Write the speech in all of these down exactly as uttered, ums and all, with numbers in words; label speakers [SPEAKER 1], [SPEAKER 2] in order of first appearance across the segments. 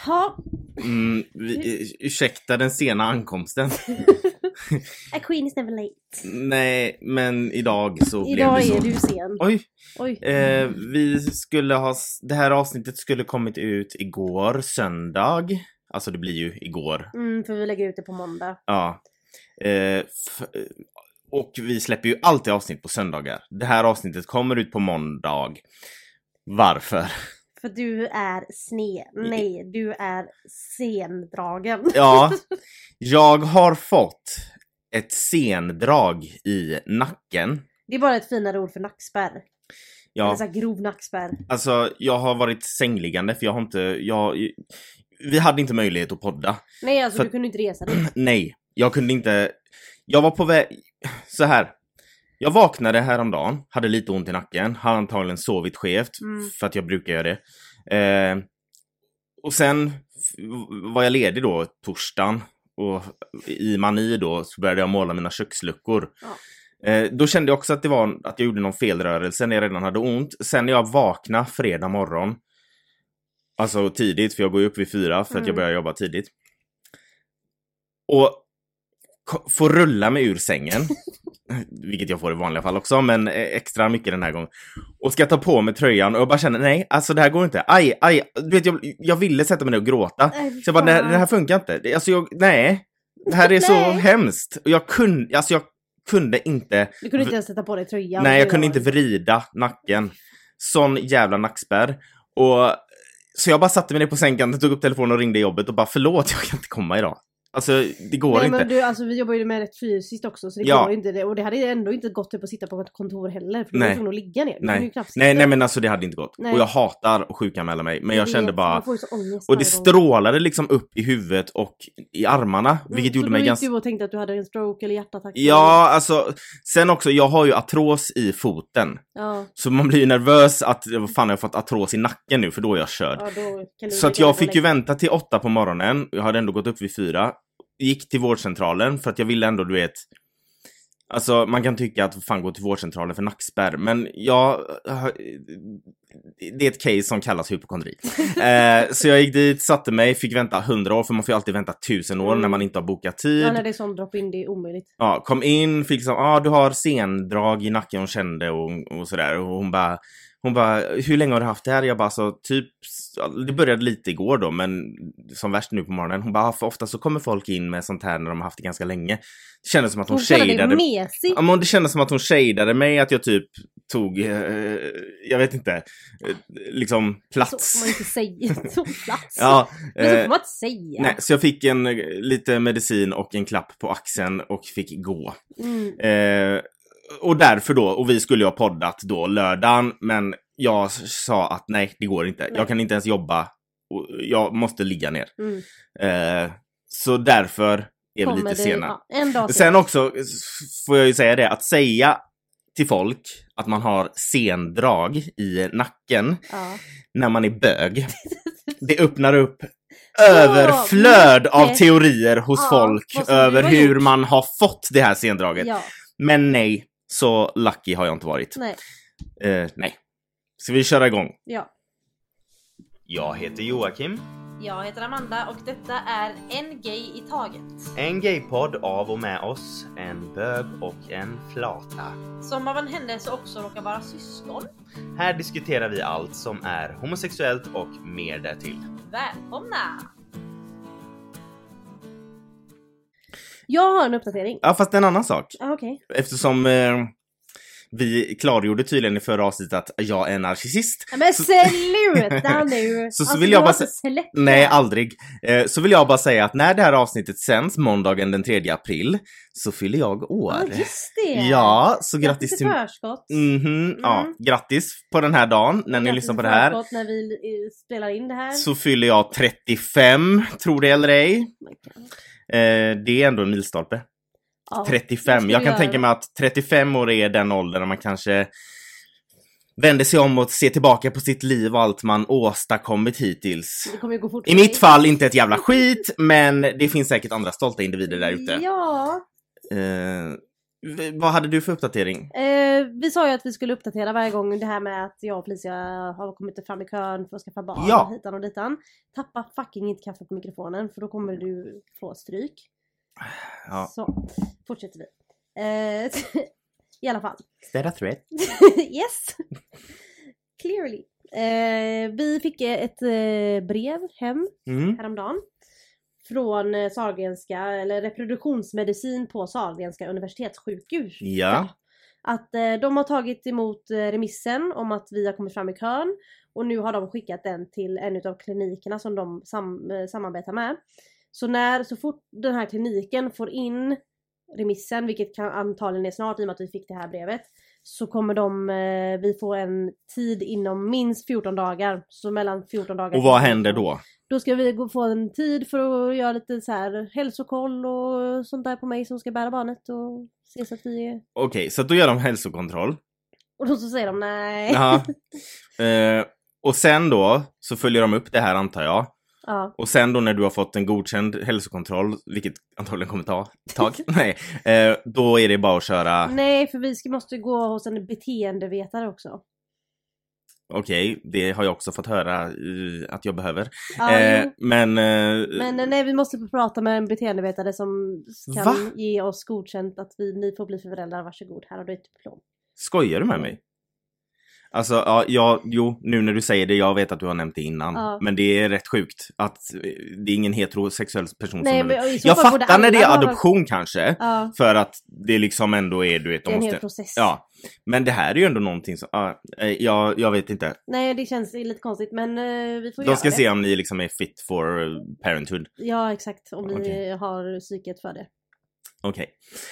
[SPEAKER 1] Ha.
[SPEAKER 2] Mm, vi, ursäkta den sena ankomsten.
[SPEAKER 1] A queen is never late.
[SPEAKER 2] Nej, men idag så
[SPEAKER 1] idag
[SPEAKER 2] blev det så.
[SPEAKER 1] Idag är du sen.
[SPEAKER 2] Oj.
[SPEAKER 1] Oj.
[SPEAKER 2] Eh, vi skulle ha... Det här avsnittet skulle kommit ut igår, söndag. Alltså det blir ju igår.
[SPEAKER 1] Mm, för vi lägger ut det på måndag.
[SPEAKER 2] Ja. Eh, f- och vi släpper ju alltid avsnitt på söndagar. Det här avsnittet kommer ut på måndag. Varför?
[SPEAKER 1] För du är sned. Nej, du är sendragen.
[SPEAKER 2] Ja, jag har fått ett sendrag i nacken.
[SPEAKER 1] Det är bara ett finare ord för nackspärr.
[SPEAKER 2] Ja.
[SPEAKER 1] Eller så här grov nackspärr.
[SPEAKER 2] Alltså, jag har varit sängliggande för jag har inte... Jag, vi hade inte möjlighet att podda.
[SPEAKER 1] Nej, alltså
[SPEAKER 2] för,
[SPEAKER 1] du kunde inte resa dig.
[SPEAKER 2] Nej, jag kunde inte... Jag var på väg... Så här. Jag vaknade häromdagen, hade lite ont i nacken. Har antagligen sovit skevt,
[SPEAKER 1] Mm.
[SPEAKER 2] för att jag brukar göra det. Eh, och sen var jag ledig då torsdagen. Och i mani då så började jag måla mina köksluckor.
[SPEAKER 1] Ja.
[SPEAKER 2] Eh, då kände jag också att det var att jag gjorde någon felrörelse när jag redan hade ont. Sen när jag vaknade fredag morgon, alltså tidigt, för jag går ju upp vid fyra för att
[SPEAKER 1] Mm.
[SPEAKER 2] jag börjar jobba tidigt. Och ko- får rulla mig ur sängen. Vilket jag får i vanliga fall också, men extra mycket den här gången. Och ska ta på mig tröjan och jag bara känner, nej, alltså det här går inte. Aj, aj, du vet, jag, jag ville sätta mig ner och gråta.
[SPEAKER 1] Aj,
[SPEAKER 2] så jag bara, det, det här funkar inte. Det, alltså jag, nej, det här är så
[SPEAKER 1] Nej.
[SPEAKER 2] hemskt. Och jag kunde, alltså jag kunde inte...
[SPEAKER 1] Du kunde inte ens sätta på dig tröjan.
[SPEAKER 2] Nej, jag kunde inte vrida nacken. Sån jävla nackspärr. Och så jag bara satte mig ner på sängen, tog upp telefonen och ringde jobbet och bara, förlåt, jag kan inte komma idag. Alltså, det går
[SPEAKER 1] Nej,
[SPEAKER 2] inte.
[SPEAKER 1] men du, alltså, vi jobbar ju med rätt fysiskt också, så det
[SPEAKER 2] Ja.
[SPEAKER 1] går ju inte det. Och det hade ändå inte gått typ att sitta på ett kontor heller, för du
[SPEAKER 2] Nej.
[SPEAKER 1] var tvungen att ligga ner. Du kunde ju
[SPEAKER 2] Nej.
[SPEAKER 1] knappt
[SPEAKER 2] nej,
[SPEAKER 1] sitta.
[SPEAKER 2] nej, men alltså det hade inte gått.
[SPEAKER 1] Nej.
[SPEAKER 2] Och jag hatar att sjukanmäla mig. Men jag
[SPEAKER 1] vet,
[SPEAKER 2] kände bara...
[SPEAKER 1] man får ju så ångest
[SPEAKER 2] Och det
[SPEAKER 1] varje gång.
[SPEAKER 2] strålade liksom upp i huvudet och i armarna. Vilket
[SPEAKER 1] Så
[SPEAKER 2] gjorde
[SPEAKER 1] då
[SPEAKER 2] mig
[SPEAKER 1] gick
[SPEAKER 2] ganska...
[SPEAKER 1] du och tänkte att du hade en stroke eller hjärtattack.
[SPEAKER 2] Ja, alltså... Sen också, jag har ju artros i foten.
[SPEAKER 1] Ja,
[SPEAKER 2] Så man blir ju nervös att... Vad fan, jag har fått artros i nacken nu, för då är jag körd.
[SPEAKER 1] ja, då kan du
[SPEAKER 2] Så att
[SPEAKER 1] lägga
[SPEAKER 2] jag
[SPEAKER 1] dig
[SPEAKER 2] fick
[SPEAKER 1] och
[SPEAKER 2] ju
[SPEAKER 1] lägga.
[SPEAKER 2] vänta till åtta på morgonen. Jag hade ändå gått upp vid fyra. Gick till vårdcentralen för att jag ville ändå, du vet... Alltså, man kan tycka att fan gå till vårdcentralen för nackspärr. Men jag... Det är ett case som kallas hypokondri. eh, så jag gick dit, satte mig, fick vänta hundra år. För man får ju alltid vänta tusen år
[SPEAKER 1] Mm.
[SPEAKER 2] när man inte har bokat tid.
[SPEAKER 1] Ja, när det är sån drop-in, det är omöjligt.
[SPEAKER 2] Ja, kom in, fick liksom, ja ah, du har sendrag i nacken, hon kände och, och sådär. Och hon bara, hon bara, hur länge har du haft det här? Jag bara, så typ, det började lite igår då, men som värst nu på morgonen. Hon bara, för ofta så kommer folk in med sånt här när de har haft det ganska länge. Det kändes som att hon,
[SPEAKER 1] Hon kände dig
[SPEAKER 2] shadade.
[SPEAKER 1] mesig.
[SPEAKER 2] Ja, men det kändes som att hon shadade mig, att jag typ tog, eh, jag vet inte, eh, liksom plats.
[SPEAKER 1] Så får man inte säga. Så plats.
[SPEAKER 2] Ja,
[SPEAKER 1] Men så
[SPEAKER 2] eh,
[SPEAKER 1] får man inte säga.
[SPEAKER 2] nej, så jag fick en eh, lite medicin och en klapp på axeln och fick gå.
[SPEAKER 1] Mm.
[SPEAKER 2] Eh, och därför då, och vi skulle ju ha poddat då lördagen, men jag sa att nej, det går inte.
[SPEAKER 1] Nej.
[SPEAKER 2] Jag kan inte ens jobba. Och jag måste ligga ner.
[SPEAKER 1] Mm.
[SPEAKER 2] Eh, så därför är vi
[SPEAKER 1] Kommer
[SPEAKER 2] lite
[SPEAKER 1] det-
[SPEAKER 2] sena.
[SPEAKER 1] ja, en dag
[SPEAKER 2] Sen
[SPEAKER 1] senare.
[SPEAKER 2] också får jag ju säga det, att säga till folk att man har sendrag i nacken
[SPEAKER 1] Ja.
[SPEAKER 2] när man är bög, det öppnar upp överflöd av
[SPEAKER 1] mycket.
[SPEAKER 2] teorier hos
[SPEAKER 1] Ja,
[SPEAKER 2] folk
[SPEAKER 1] vad som du
[SPEAKER 2] över
[SPEAKER 1] har
[SPEAKER 2] hur
[SPEAKER 1] gjort.
[SPEAKER 2] man har fått det här sendraget.
[SPEAKER 1] Ja,
[SPEAKER 2] Men nej, så lucky har jag inte varit.
[SPEAKER 1] nej.
[SPEAKER 2] Eh, nej. Så vi kör igång.
[SPEAKER 1] Ja.
[SPEAKER 2] Jag heter Joakim.
[SPEAKER 1] Jag heter Amanda och detta är En Gay i Taget.
[SPEAKER 2] En gaypodd av och med oss, en bög och en flata.
[SPEAKER 1] Som av en händelse också råkar vara syskon.
[SPEAKER 2] Här diskuterar vi allt som är homosexuellt och mer därtill.
[SPEAKER 1] Välkomna! Jag har en uppdatering.
[SPEAKER 2] Ja, fast en annan sak.
[SPEAKER 1] Ah, okej.
[SPEAKER 2] Eftersom eh, vi klargjorde tydligen i förra avsnittet att jag är narcissist.
[SPEAKER 1] Ja, men sluta nu!
[SPEAKER 2] Så- så
[SPEAKER 1] Alltså,
[SPEAKER 2] vill
[SPEAKER 1] du
[SPEAKER 2] jag
[SPEAKER 1] har
[SPEAKER 2] bara
[SPEAKER 1] inte
[SPEAKER 2] sä-
[SPEAKER 1] släppt
[SPEAKER 2] Nej,
[SPEAKER 1] det.
[SPEAKER 2] aldrig. Eh, så vill jag bara säga att när det här avsnittet sänds, måndagen den tredje april, så fyller jag år.
[SPEAKER 1] Ja, just det.
[SPEAKER 2] Ja, så grattis
[SPEAKER 1] Grattis
[SPEAKER 2] till...
[SPEAKER 1] i förskott.
[SPEAKER 2] Mhm, ja, grattis på den här dagen när ni
[SPEAKER 1] Grattis
[SPEAKER 2] lyssnar
[SPEAKER 1] i
[SPEAKER 2] på det här.
[SPEAKER 1] förskott när vi eh, spelar in det här.
[SPEAKER 2] Så fyller jag trettiofem, tror det eller ej.
[SPEAKER 1] Oh my God.
[SPEAKER 2] Eh, det är ändå en milstolpe.
[SPEAKER 1] Ja, vad
[SPEAKER 2] trettiofem.
[SPEAKER 1] ska
[SPEAKER 2] Jag
[SPEAKER 1] vi
[SPEAKER 2] kan
[SPEAKER 1] göra
[SPEAKER 2] tänka
[SPEAKER 1] då?
[SPEAKER 2] mig att trettiofem år är den åldern när man kanske vänder sig om och ser tillbaka på sitt liv och allt man åstadkommit hittills.
[SPEAKER 1] Det kommer ju gå fort.
[SPEAKER 2] I mitt fall inte ett jävla skit, men det finns säkert andra stolta individer där ute.
[SPEAKER 1] Ja.
[SPEAKER 2] Eh, v- vad hade du för uppdatering?
[SPEAKER 1] Eh, vi sa ju att vi skulle uppdatera varje gång det här med att jag och Felicia har kommit fram i kön för att skaffa barn.
[SPEAKER 2] Ja.
[SPEAKER 1] Hitan och ditan. Tappa fucking inte kaffe på mikrofonen för då kommer du få stryk.
[SPEAKER 2] Ja.
[SPEAKER 1] Så, fortsätter vi. Eh, I alla fall.
[SPEAKER 2] Is that a threat?
[SPEAKER 1] Yes. Clearly. Eh, vi fick ett eh, brev hem
[SPEAKER 2] Mm.
[SPEAKER 1] häromdagen. Från eh, Sahlgrenska, eller reproduktionsmedicin på Sahlgrenska universitetssjukhus.
[SPEAKER 2] Ja.
[SPEAKER 1] Att eh, de har tagit emot eh, remissen om att vi har kommit fram i kön. Och nu har de skickat den till en av klinikerna som de sam- eh, samarbetar med. Så när, så fort den här kliniken får in remissen, vilket kan antagligen är snart i och med att vi fick det här brevet, så kommer de, eh, vi få en tid inom minst fjorton dagar. Så mellan fjorton dagar.
[SPEAKER 2] Och vad händer då?
[SPEAKER 1] Då ska vi gå få en tid för att göra lite så här hälsokoll och sånt där på mig som ska bära barnet och se så att vi är...
[SPEAKER 2] Okej, så då gör de hälsokontroll.
[SPEAKER 1] Och då så säger de nej.
[SPEAKER 2] Ja. Eh, och sen då så följer de upp det här antar jag.
[SPEAKER 1] Ja.
[SPEAKER 2] Och sen då när du har fått en godkänd hälsokontroll, vilket antagligen kommer ta ett tag, nej, eh, då är det bara att köra.
[SPEAKER 1] Nej, för vi ska, måste gå hos en beteendevetare också.
[SPEAKER 2] Okej, det har jag också fått höra eh, att jag behöver.
[SPEAKER 1] Ja,
[SPEAKER 2] eh,
[SPEAKER 1] jo.
[SPEAKER 2] men eh,
[SPEAKER 1] Men eh, nej, vi måste få prata med en beteendevetare som kan
[SPEAKER 2] Va?
[SPEAKER 1] ge oss godkänt att vi, ni får bli föräldrar, varsågod, här har du ett diplom.
[SPEAKER 2] skojar du med mig? Alltså, ja, ja, jo, nu när du säger det, jag vet att du har nämnt det innan.
[SPEAKER 1] Ja.
[SPEAKER 2] Men det är rätt sjukt att eh, det är ingen heterosexuell person
[SPEAKER 1] Nej,
[SPEAKER 2] som...
[SPEAKER 1] men i så
[SPEAKER 2] Jag
[SPEAKER 1] fall borde
[SPEAKER 2] fattar när det är
[SPEAKER 1] alla vara-
[SPEAKER 2] adoption kanske.
[SPEAKER 1] Ja,
[SPEAKER 2] För att det liksom ändå är, du vet,
[SPEAKER 1] det
[SPEAKER 2] de
[SPEAKER 1] är en
[SPEAKER 2] måste...
[SPEAKER 1] hel process.
[SPEAKER 2] Ja, men det här är ju ändå någonting som... Ja, eh, jag, jag vet inte.
[SPEAKER 1] Nej, det känns lite konstigt, men eh, vi får
[SPEAKER 2] De
[SPEAKER 1] göra
[SPEAKER 2] ska
[SPEAKER 1] det.
[SPEAKER 2] se om ni liksom är fit for eh, parenthood.
[SPEAKER 1] Ja, exakt. Om vi
[SPEAKER 2] Okej.
[SPEAKER 1] har psyket för det.
[SPEAKER 2] Okej.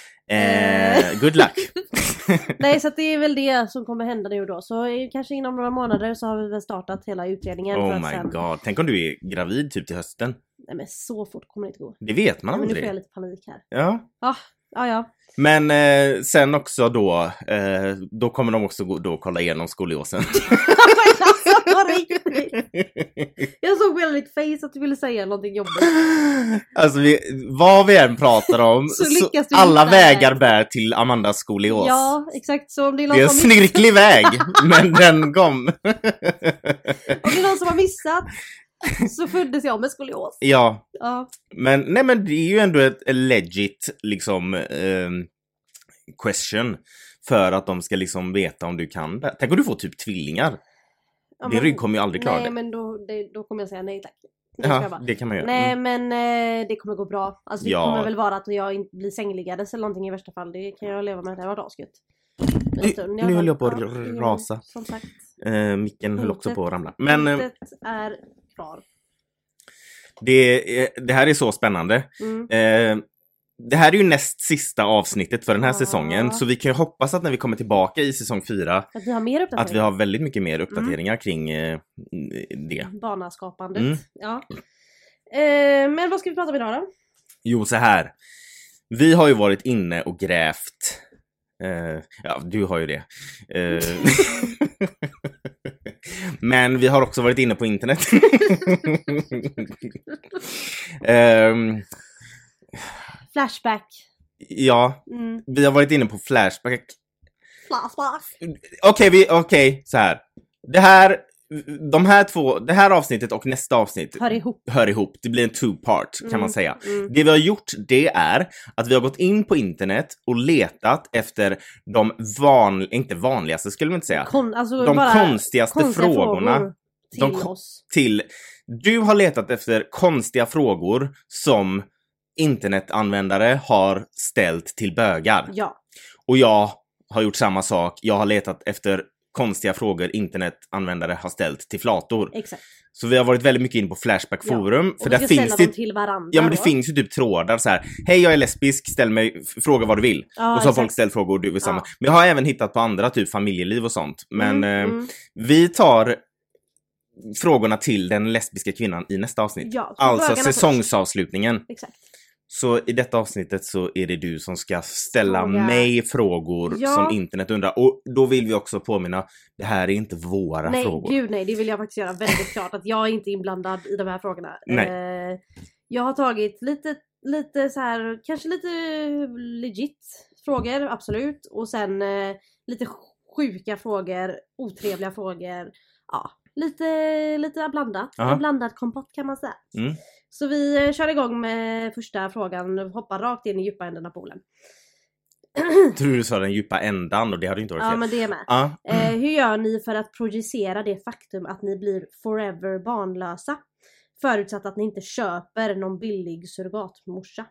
[SPEAKER 2] Eh, good luck.
[SPEAKER 1] Nej, så att det är väl det som kommer hända nu då. Så eh, kanske inom några månader så har vi väl startat hela utredningen. för
[SPEAKER 2] Oh
[SPEAKER 1] att
[SPEAKER 2] my
[SPEAKER 1] sen...
[SPEAKER 2] god. Tänk om du är gravid typ till hösten.
[SPEAKER 1] Nej, men så fort kommer det inte gå.
[SPEAKER 2] Det vet man
[SPEAKER 1] Nej, men nu får jag
[SPEAKER 2] aldrig.
[SPEAKER 1] lite panik här.
[SPEAKER 2] Ja.
[SPEAKER 1] Ah, ja, ja.
[SPEAKER 2] Men eh, sen också då, eh, då kommer de också gå, då kolla igenom skoliosen.
[SPEAKER 1] Alltså, på riktigt. Jag såg på ditt face att du ville säga någonting jobbigt.
[SPEAKER 2] Alltså vi, vad vi än pratar om,
[SPEAKER 1] Så
[SPEAKER 2] så
[SPEAKER 1] lyckas du
[SPEAKER 2] alla
[SPEAKER 1] hitta
[SPEAKER 2] vägar
[SPEAKER 1] det.
[SPEAKER 2] bär till Amandas skolios.
[SPEAKER 1] Ja, exakt. Så om det är någon
[SPEAKER 2] Det är en
[SPEAKER 1] som har missat,
[SPEAKER 2] snirklig väg, men den kom.
[SPEAKER 1] om det är någon som har missat så föddes jag med skolios.
[SPEAKER 2] Ja,
[SPEAKER 1] Ja.
[SPEAKER 2] men nej men det är ju ändå ett ett legit liksom ehm, question för att de ska liksom veta om du kan det. Tänk om du får typ tvillingar.
[SPEAKER 1] Ja,
[SPEAKER 2] Din
[SPEAKER 1] men-
[SPEAKER 2] rygg kommer ju aldrig klara
[SPEAKER 1] Nej,
[SPEAKER 2] det.
[SPEAKER 1] men då, det, då kommer jag säga nej tack. Det ska jag
[SPEAKER 2] Ja,
[SPEAKER 1] bara.
[SPEAKER 2] det kan man göra.
[SPEAKER 1] Nej,
[SPEAKER 2] Mm.
[SPEAKER 1] men eh, det kommer gå bra. Alltså det
[SPEAKER 2] Ja.
[SPEAKER 1] kommer väl vara att jag inte blir sängliggares eller någonting i värsta fall. Det kan jag leva med. Det var asgött. En
[SPEAKER 2] Nu-
[SPEAKER 1] stund i
[SPEAKER 2] nu
[SPEAKER 1] alla
[SPEAKER 2] höll
[SPEAKER 1] fall.
[SPEAKER 2] jag på att
[SPEAKER 1] Ja,
[SPEAKER 2] r-
[SPEAKER 1] jo,
[SPEAKER 2] rasa.
[SPEAKER 1] Som sagt.
[SPEAKER 2] Eh, micken höll också
[SPEAKER 1] Hotet-
[SPEAKER 2] på att ramla. Men eh,
[SPEAKER 1] Hotet är klar.
[SPEAKER 2] det, är- det här är så spännande.
[SPEAKER 1] Mm.
[SPEAKER 2] Eh, det här är ju näst sista avsnittet för den här
[SPEAKER 1] Ja.
[SPEAKER 2] säsongen. Så vi kan ju hoppas att när vi kommer tillbaka i säsong fyra
[SPEAKER 1] Att vi har mer uppdateringar.
[SPEAKER 2] att vi har väldigt mycket mer uppdateringar kring eh, det.
[SPEAKER 1] Banaskapandet.
[SPEAKER 2] Mm.
[SPEAKER 1] Ja. Eh, men vad ska vi prata om idag då?
[SPEAKER 2] Jo, så här. Vi har ju varit inne och grävt. Eh, ja, du har ju det. Eh, men vi har också varit inne på internet. Ehm,
[SPEAKER 1] Flashback.
[SPEAKER 2] ja,
[SPEAKER 1] Mm.
[SPEAKER 2] vi har varit inne på Flashback.
[SPEAKER 1] Flashback.
[SPEAKER 2] Okej, vi, okej, så här. Det här, de här två, det här avsnittet och nästa avsnitt
[SPEAKER 1] Hör ihop.
[SPEAKER 2] hör ihop. Det blir en two-part kan
[SPEAKER 1] Mm,
[SPEAKER 2] man säga.
[SPEAKER 1] mm.
[SPEAKER 2] Det vi har gjort, det är att vi har gått in på internet och letat efter de van, inte vanligaste skulle man inte säga,
[SPEAKER 1] Kon, alltså
[SPEAKER 2] de
[SPEAKER 1] bara
[SPEAKER 2] konstigaste
[SPEAKER 1] konstiga
[SPEAKER 2] frågorna
[SPEAKER 1] frågor till
[SPEAKER 2] de ko-
[SPEAKER 1] oss.
[SPEAKER 2] till. Du har letat efter konstiga frågor som internetanvändare har ställt till bögar.
[SPEAKER 1] Ja.
[SPEAKER 2] Och jag har gjort samma sak. Jag har letat efter konstiga frågor internetanvändare har ställt till flator.
[SPEAKER 1] Exakt.
[SPEAKER 2] Så vi har varit väldigt mycket in på Flashback forum.
[SPEAKER 1] Och
[SPEAKER 2] För
[SPEAKER 1] vi
[SPEAKER 2] där
[SPEAKER 1] ska
[SPEAKER 2] finns
[SPEAKER 1] ställa dem
[SPEAKER 2] det,
[SPEAKER 1] till varandra.
[SPEAKER 2] ja, men det
[SPEAKER 1] då.
[SPEAKER 2] finns ju typ trådar så här. Hej, jag är lesbisk, ställ mig, f- fråga vad du vill.
[SPEAKER 1] Ja,
[SPEAKER 2] och så har
[SPEAKER 1] exakt.
[SPEAKER 2] folk ställt frågor och du vill samma.
[SPEAKER 1] Ja.
[SPEAKER 2] Men jag har även hittat på andra, typ familjeliv och sånt. Men
[SPEAKER 1] Mm,
[SPEAKER 2] eh,
[SPEAKER 1] mm.
[SPEAKER 2] vi tar frågorna till den lesbiska kvinnan i nästa avsnitt.
[SPEAKER 1] Ja, så
[SPEAKER 2] Alltså
[SPEAKER 1] bögarna först.
[SPEAKER 2] säsongsavslutningen.
[SPEAKER 1] Exakt.
[SPEAKER 2] Så i detta avsnittet så är det du som ska ställa
[SPEAKER 1] Fråga.
[SPEAKER 2] mig frågor
[SPEAKER 1] Ja.
[SPEAKER 2] som internet undrar. Och då vill vi också påminna, det här är inte våra
[SPEAKER 1] Nej,
[SPEAKER 2] frågor.
[SPEAKER 1] gud nej. Det vill jag faktiskt göra väldigt klart. Att jag är inte inblandad i de här frågorna.
[SPEAKER 2] Nej.
[SPEAKER 1] Eh, jag har tagit lite, lite så här, kanske lite legit frågor, absolut. Och sen eh, lite sjuka frågor, otrevliga frågor. Ja, lite, lite blandat.
[SPEAKER 2] Aha.
[SPEAKER 1] En blandad kompott kan man säga.
[SPEAKER 2] Mm.
[SPEAKER 1] Så vi eh, kör igång med första frågan. Hoppar rakt in i djupa änden av poolen.
[SPEAKER 2] Tror du sa den djupa ändan och det hade inte varit fel.
[SPEAKER 1] Ja, men det är med.
[SPEAKER 2] Ja.
[SPEAKER 1] Eh, hur gör ni för att projicera det faktum att ni blir forever barnlösa? Förutsatt att ni inte köper någon billig surrogatmorsa.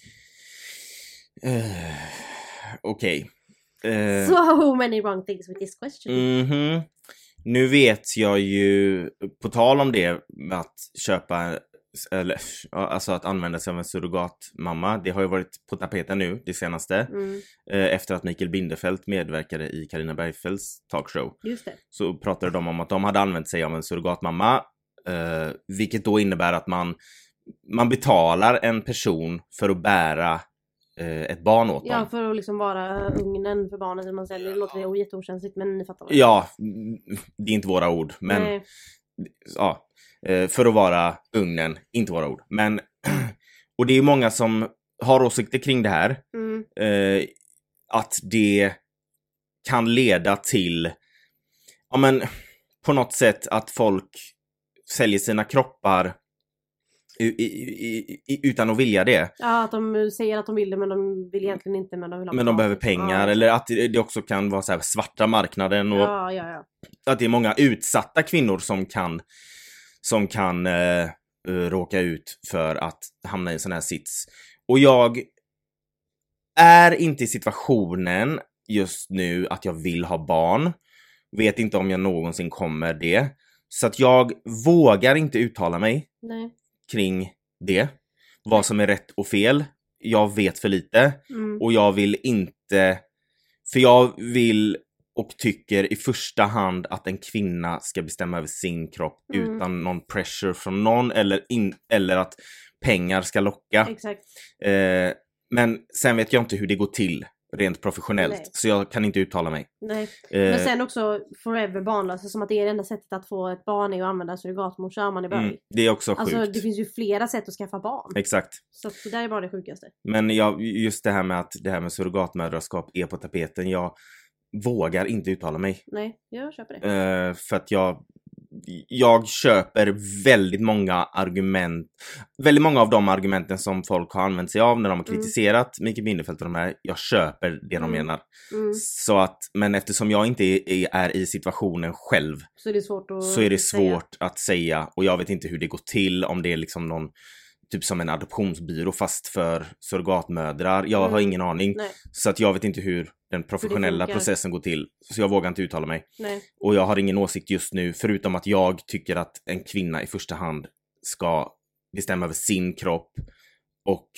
[SPEAKER 2] Uh, Okej. Okay. Uh,
[SPEAKER 1] so many wrong things with this question.
[SPEAKER 2] Mm-hmm. Nu vet jag ju, på tal om det med att köpa, eller alltså att använda sig av en surrogatmamma, det har ju varit på tapeten nu det senaste,
[SPEAKER 1] mm.
[SPEAKER 2] eh, efter att Mikael Bindefeld medverkade i Carina Bergfeldts talkshow.
[SPEAKER 1] Just det.
[SPEAKER 2] Så pratade de om att de hade använt sig av en surrogatmamma, eh, vilket då innebär att man man betalar en person för att bära eh, ett barn åt dem.
[SPEAKER 1] Ja, för att liksom vara ugnen för barnet man säljer. Det låter jätteokänsligt, men ni fattar vad.
[SPEAKER 2] Ja, det är inte våra ord, men
[SPEAKER 1] Nej.
[SPEAKER 2] ja, för att vara ugnen, inte våra ord. Men, och det är många som har åsikter kring det här.
[SPEAKER 1] Mm.
[SPEAKER 2] Eh, att det kan leda till, ja men, på något sätt att folk säljer sina kroppar i, i, i, utan att vilja det.
[SPEAKER 1] Ja, att de säger att de vill det, men de vill egentligen inte, men de vill ha
[SPEAKER 2] Men de behöver pengar,
[SPEAKER 1] ja.
[SPEAKER 2] Eller att det också kan vara så här svarta marknaden och
[SPEAKER 1] ja, ja, ja.
[SPEAKER 2] att det är många utsatta kvinnor som kan som kan eh, råka ut för att hamna i en sån här sits. Och jag är inte i situationen just nu att jag vill ha barn. Vet inte om jag någonsin kommer det. Så att jag vågar inte uttala mig
[SPEAKER 1] Nej.
[SPEAKER 2] kring det. Vad som är rätt och fel. Jag vet för lite.
[SPEAKER 1] Mm.
[SPEAKER 2] Och jag vill inte... För jag vill och tycker i första hand att en kvinna ska bestämma över sin kropp
[SPEAKER 1] mm.
[SPEAKER 2] utan någon pressure från någon. Eller, in, eller att pengar ska locka.
[SPEAKER 1] Exakt.
[SPEAKER 2] Eh, men sen vet jag inte hur det går till rent professionellt.
[SPEAKER 1] Nej.
[SPEAKER 2] Så jag kan inte uttala mig.
[SPEAKER 1] Nej.
[SPEAKER 2] Eh,
[SPEAKER 1] Men sen också forever barnlösa, som att det är det enda sättet att få ett barn är att använda surrogatmorsa om man är bög.
[SPEAKER 2] mm, det är också sjukt.
[SPEAKER 1] Alltså det finns ju flera sätt att skaffa barn.
[SPEAKER 2] Exakt.
[SPEAKER 1] Så att det där är bara det sjukaste.
[SPEAKER 2] Men jag, just det här med att det här med surrogatmödraskap är på tapeten. Jag vågar inte uttala mig.
[SPEAKER 1] Nej, jag köper det.
[SPEAKER 2] Eh, för att jag jag köper väldigt många argument, väldigt många av de argumenten som folk har använt sig av när de har kritiserat mm. Mikael Bindefeld och de här, jag köper det de
[SPEAKER 1] mm.
[SPEAKER 2] menar.
[SPEAKER 1] Mm.
[SPEAKER 2] Så att, men eftersom jag inte är, är i situationen själv
[SPEAKER 1] så är det svårt att,
[SPEAKER 2] så är det svårt
[SPEAKER 1] säga.
[SPEAKER 2] att säga, och jag vet inte hur det går till, om det är liksom någon typ som en adoptionsbyrå fast för surrogatmödrar. Jag mm. har ingen aning.
[SPEAKER 1] Nej.
[SPEAKER 2] Så att jag vet inte hur den professionella hur processen går till. Så jag vågar inte uttala mig.
[SPEAKER 1] Nej.
[SPEAKER 2] Och jag har ingen åsikt just nu, förutom att jag tycker att en kvinna i första hand ska bestämma över sin kropp och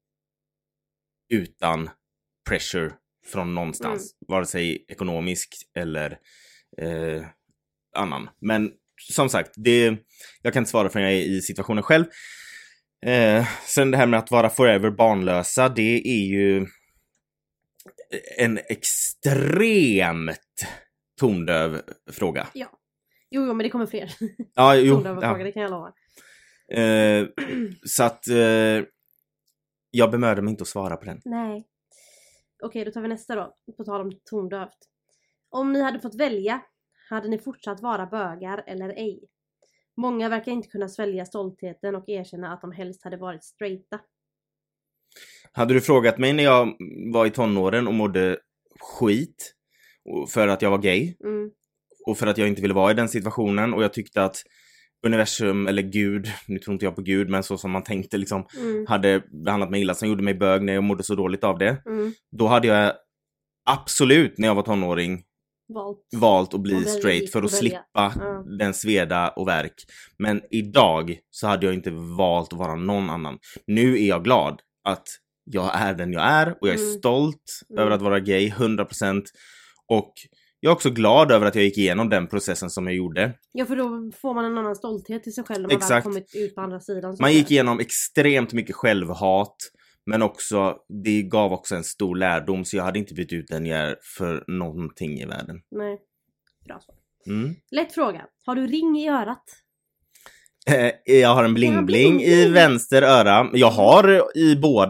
[SPEAKER 2] utan pressure från någonstans. Mm. Vare sig ekonomisk eller eh, annan. Men som sagt, det, jag kan inte svara för jag är i situationen själv. Eh, sen det här med att vara forever barnlösa, det är ju en extremt tondöv fråga.
[SPEAKER 1] Ja. Jo, jo men det kommer fler.
[SPEAKER 2] Ja, jo.
[SPEAKER 1] Tondöva
[SPEAKER 2] Ja.
[SPEAKER 1] frågor, det kan jag lova.
[SPEAKER 2] Eh, så att eh, jag bemöder mig inte att svara på den.
[SPEAKER 1] Nej. Okej, då tar vi nästa då. På tal om tondövt. Om ni hade fått välja, hade ni fortsatt vara bögar eller ej? Många verkar inte kunna svälja stoltheten och erkänna att de helst hade varit straighta.
[SPEAKER 2] Hade du frågat mig när jag var i tonåren och mådde skit för att jag var gay
[SPEAKER 1] mm.
[SPEAKER 2] och för att jag inte ville vara i den situationen, och jag tyckte att universum eller Gud, nu tror inte jag på Gud, men så som man tänkte liksom,
[SPEAKER 1] mm.
[SPEAKER 2] hade behandlat mig illa som gjorde mig bög när jag mådde så dåligt av det,
[SPEAKER 1] mm.
[SPEAKER 2] då hade jag absolut när jag var tonåring
[SPEAKER 1] valt,
[SPEAKER 2] valt att bli
[SPEAKER 1] välja,
[SPEAKER 2] straight för att slippa
[SPEAKER 1] ja.
[SPEAKER 2] den sveda och värk. Men idag så hade jag inte valt att vara någon annan. Nu är jag glad att jag är den jag är och jag är
[SPEAKER 1] mm.
[SPEAKER 2] stolt
[SPEAKER 1] mm.
[SPEAKER 2] över att vara gay, hundra procent. Och jag är också glad över att jag gick igenom den processen som jag gjorde.
[SPEAKER 1] Ja, för då får man en annan stolthet till sig själv när man
[SPEAKER 2] Exakt.
[SPEAKER 1] väl kommit ut på andra sidan.
[SPEAKER 2] Man gick igenom extremt mycket självhat, men också, det gav också en stor lärdom, så jag hade inte bytt ut den jag är för någonting i världen.
[SPEAKER 1] Nej, bra svar.
[SPEAKER 2] Mm.
[SPEAKER 1] Lätt fråga. Har du ring i örat?
[SPEAKER 2] Jag har en bling-bling
[SPEAKER 1] bling, bling.
[SPEAKER 2] i vänster öra. Jag har i båda,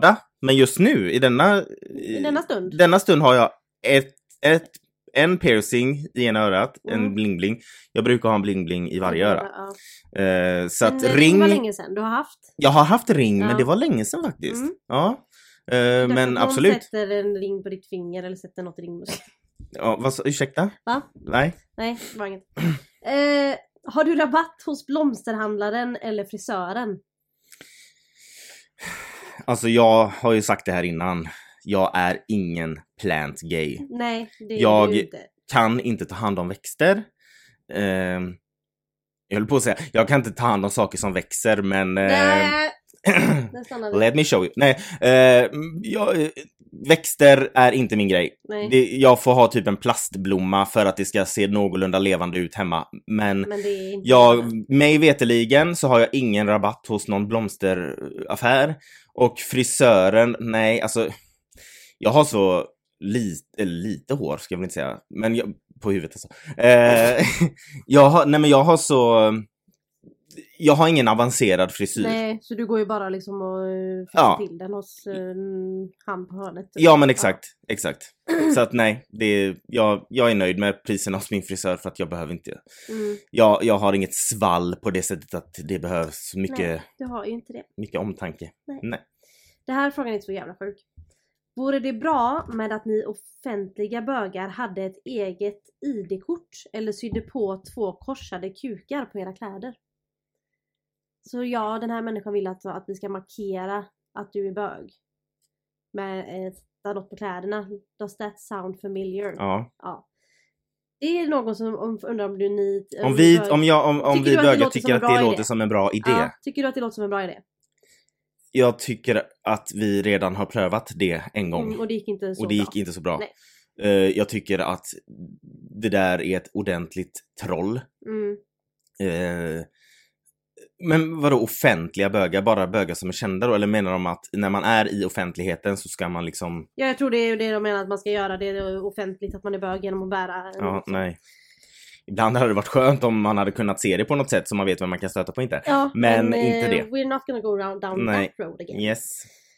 [SPEAKER 2] Men just nu, i denna...
[SPEAKER 1] I denna stund?
[SPEAKER 2] Denna stund har jag ett, ett, en piercing i ena örat, mm. en bling-bling. Jag brukar ha en bling-bling i varje öra.
[SPEAKER 1] Ja.
[SPEAKER 2] Uh, så
[SPEAKER 1] men
[SPEAKER 2] att
[SPEAKER 1] det
[SPEAKER 2] ring...
[SPEAKER 1] var länge sedan du har haft?
[SPEAKER 2] Jag har haft ring,
[SPEAKER 1] ja.
[SPEAKER 2] men det var länge sedan faktiskt. Mm. Ja. Uh, men
[SPEAKER 1] någon
[SPEAKER 2] absolut.
[SPEAKER 1] sätter en ring på ditt finger eller sätter något i din...
[SPEAKER 2] Ja, vad, ursäkta?
[SPEAKER 1] Va?
[SPEAKER 2] Nej.
[SPEAKER 1] Nej, det var inget. Uh, har du rabatt hos blomsterhandlaren eller frisören?
[SPEAKER 2] Alltså jag har ju sagt det här innan. Jag är ingen plant gay.
[SPEAKER 1] Nej, det är
[SPEAKER 2] jag
[SPEAKER 1] du inte.
[SPEAKER 2] kan inte ta hand om växter. Uh, jag höll på att säga, jag kan inte ta hand om saker som växer, men... Uh,
[SPEAKER 1] Nej.
[SPEAKER 2] Let me show you. Nej, uh, jag, växter är inte min grej. Det, jag får ha typ en plastblomma för att det ska se någorlunda levande ut hemma. Men,
[SPEAKER 1] men det är inte
[SPEAKER 2] jag, mig veteligen så har jag ingen rabatt hos någon blomsteraffär. Och frisören, nej, alltså jag har så lite, lite hår ska jag väl inte säga. Men jag, på huvudet alltså. Eh, jag har, nej men jag har så... Jag har ingen avancerad frisyr.
[SPEAKER 1] Nej, så du går ju bara liksom och fixar
[SPEAKER 2] ja.
[SPEAKER 1] till den hos uh, han på hörnet.
[SPEAKER 2] Ja, men exakt. Ja. Exakt. Så att nej, det är, jag, jag är nöjd med priserna hos min frisör för att jag behöver inte... Mm. Jag, jag har inget svall på det sättet att det behövs mycket...
[SPEAKER 1] Nej, du har ju inte det.
[SPEAKER 2] Mycket omtanke. Nej. nej.
[SPEAKER 1] Det här frågan är inte så jävla sjuk. Vore det bra med att ni offentliga bögar hade ett eget I D-kort eller sydde på två korsade kukar på era kläder? Så ja, den här människan vill att, att vi ska markera att du är bög. Med ett något på kläderna. Does that sound familiar?
[SPEAKER 2] Ja.
[SPEAKER 1] ja. Det är någon som undrar om du ni...
[SPEAKER 2] Om vi, om jag, om, om vi bögar tycker att det låter som en bra idé.
[SPEAKER 1] Ja, tycker du att det låter som en bra idé?
[SPEAKER 2] Jag tycker att vi redan har prövat det en gång.
[SPEAKER 1] Mm, och det gick inte så
[SPEAKER 2] och det gick
[SPEAKER 1] bra.
[SPEAKER 2] inte så bra.
[SPEAKER 1] Nej.
[SPEAKER 2] Uh, jag tycker att det där är ett ordentligt troll.
[SPEAKER 1] Mm.
[SPEAKER 2] Uh, men vadå offentliga bögar? Bara bögar som är kända då? Eller menar de att när man är i offentligheten så ska man liksom...
[SPEAKER 1] Ja, jag tror det är det de menar att man ska göra. Det är offentligt att man är bög genom att bära...
[SPEAKER 2] Ja, liksom. Nej. Ibland hade det varit skönt om man hade kunnat se det på något sätt så man vet vad man kan stöta på inte.
[SPEAKER 1] Ja,
[SPEAKER 2] men,
[SPEAKER 1] men
[SPEAKER 2] inte det.
[SPEAKER 1] We're not gonna go down, down
[SPEAKER 2] Nej.
[SPEAKER 1] that road again.
[SPEAKER 2] Yes.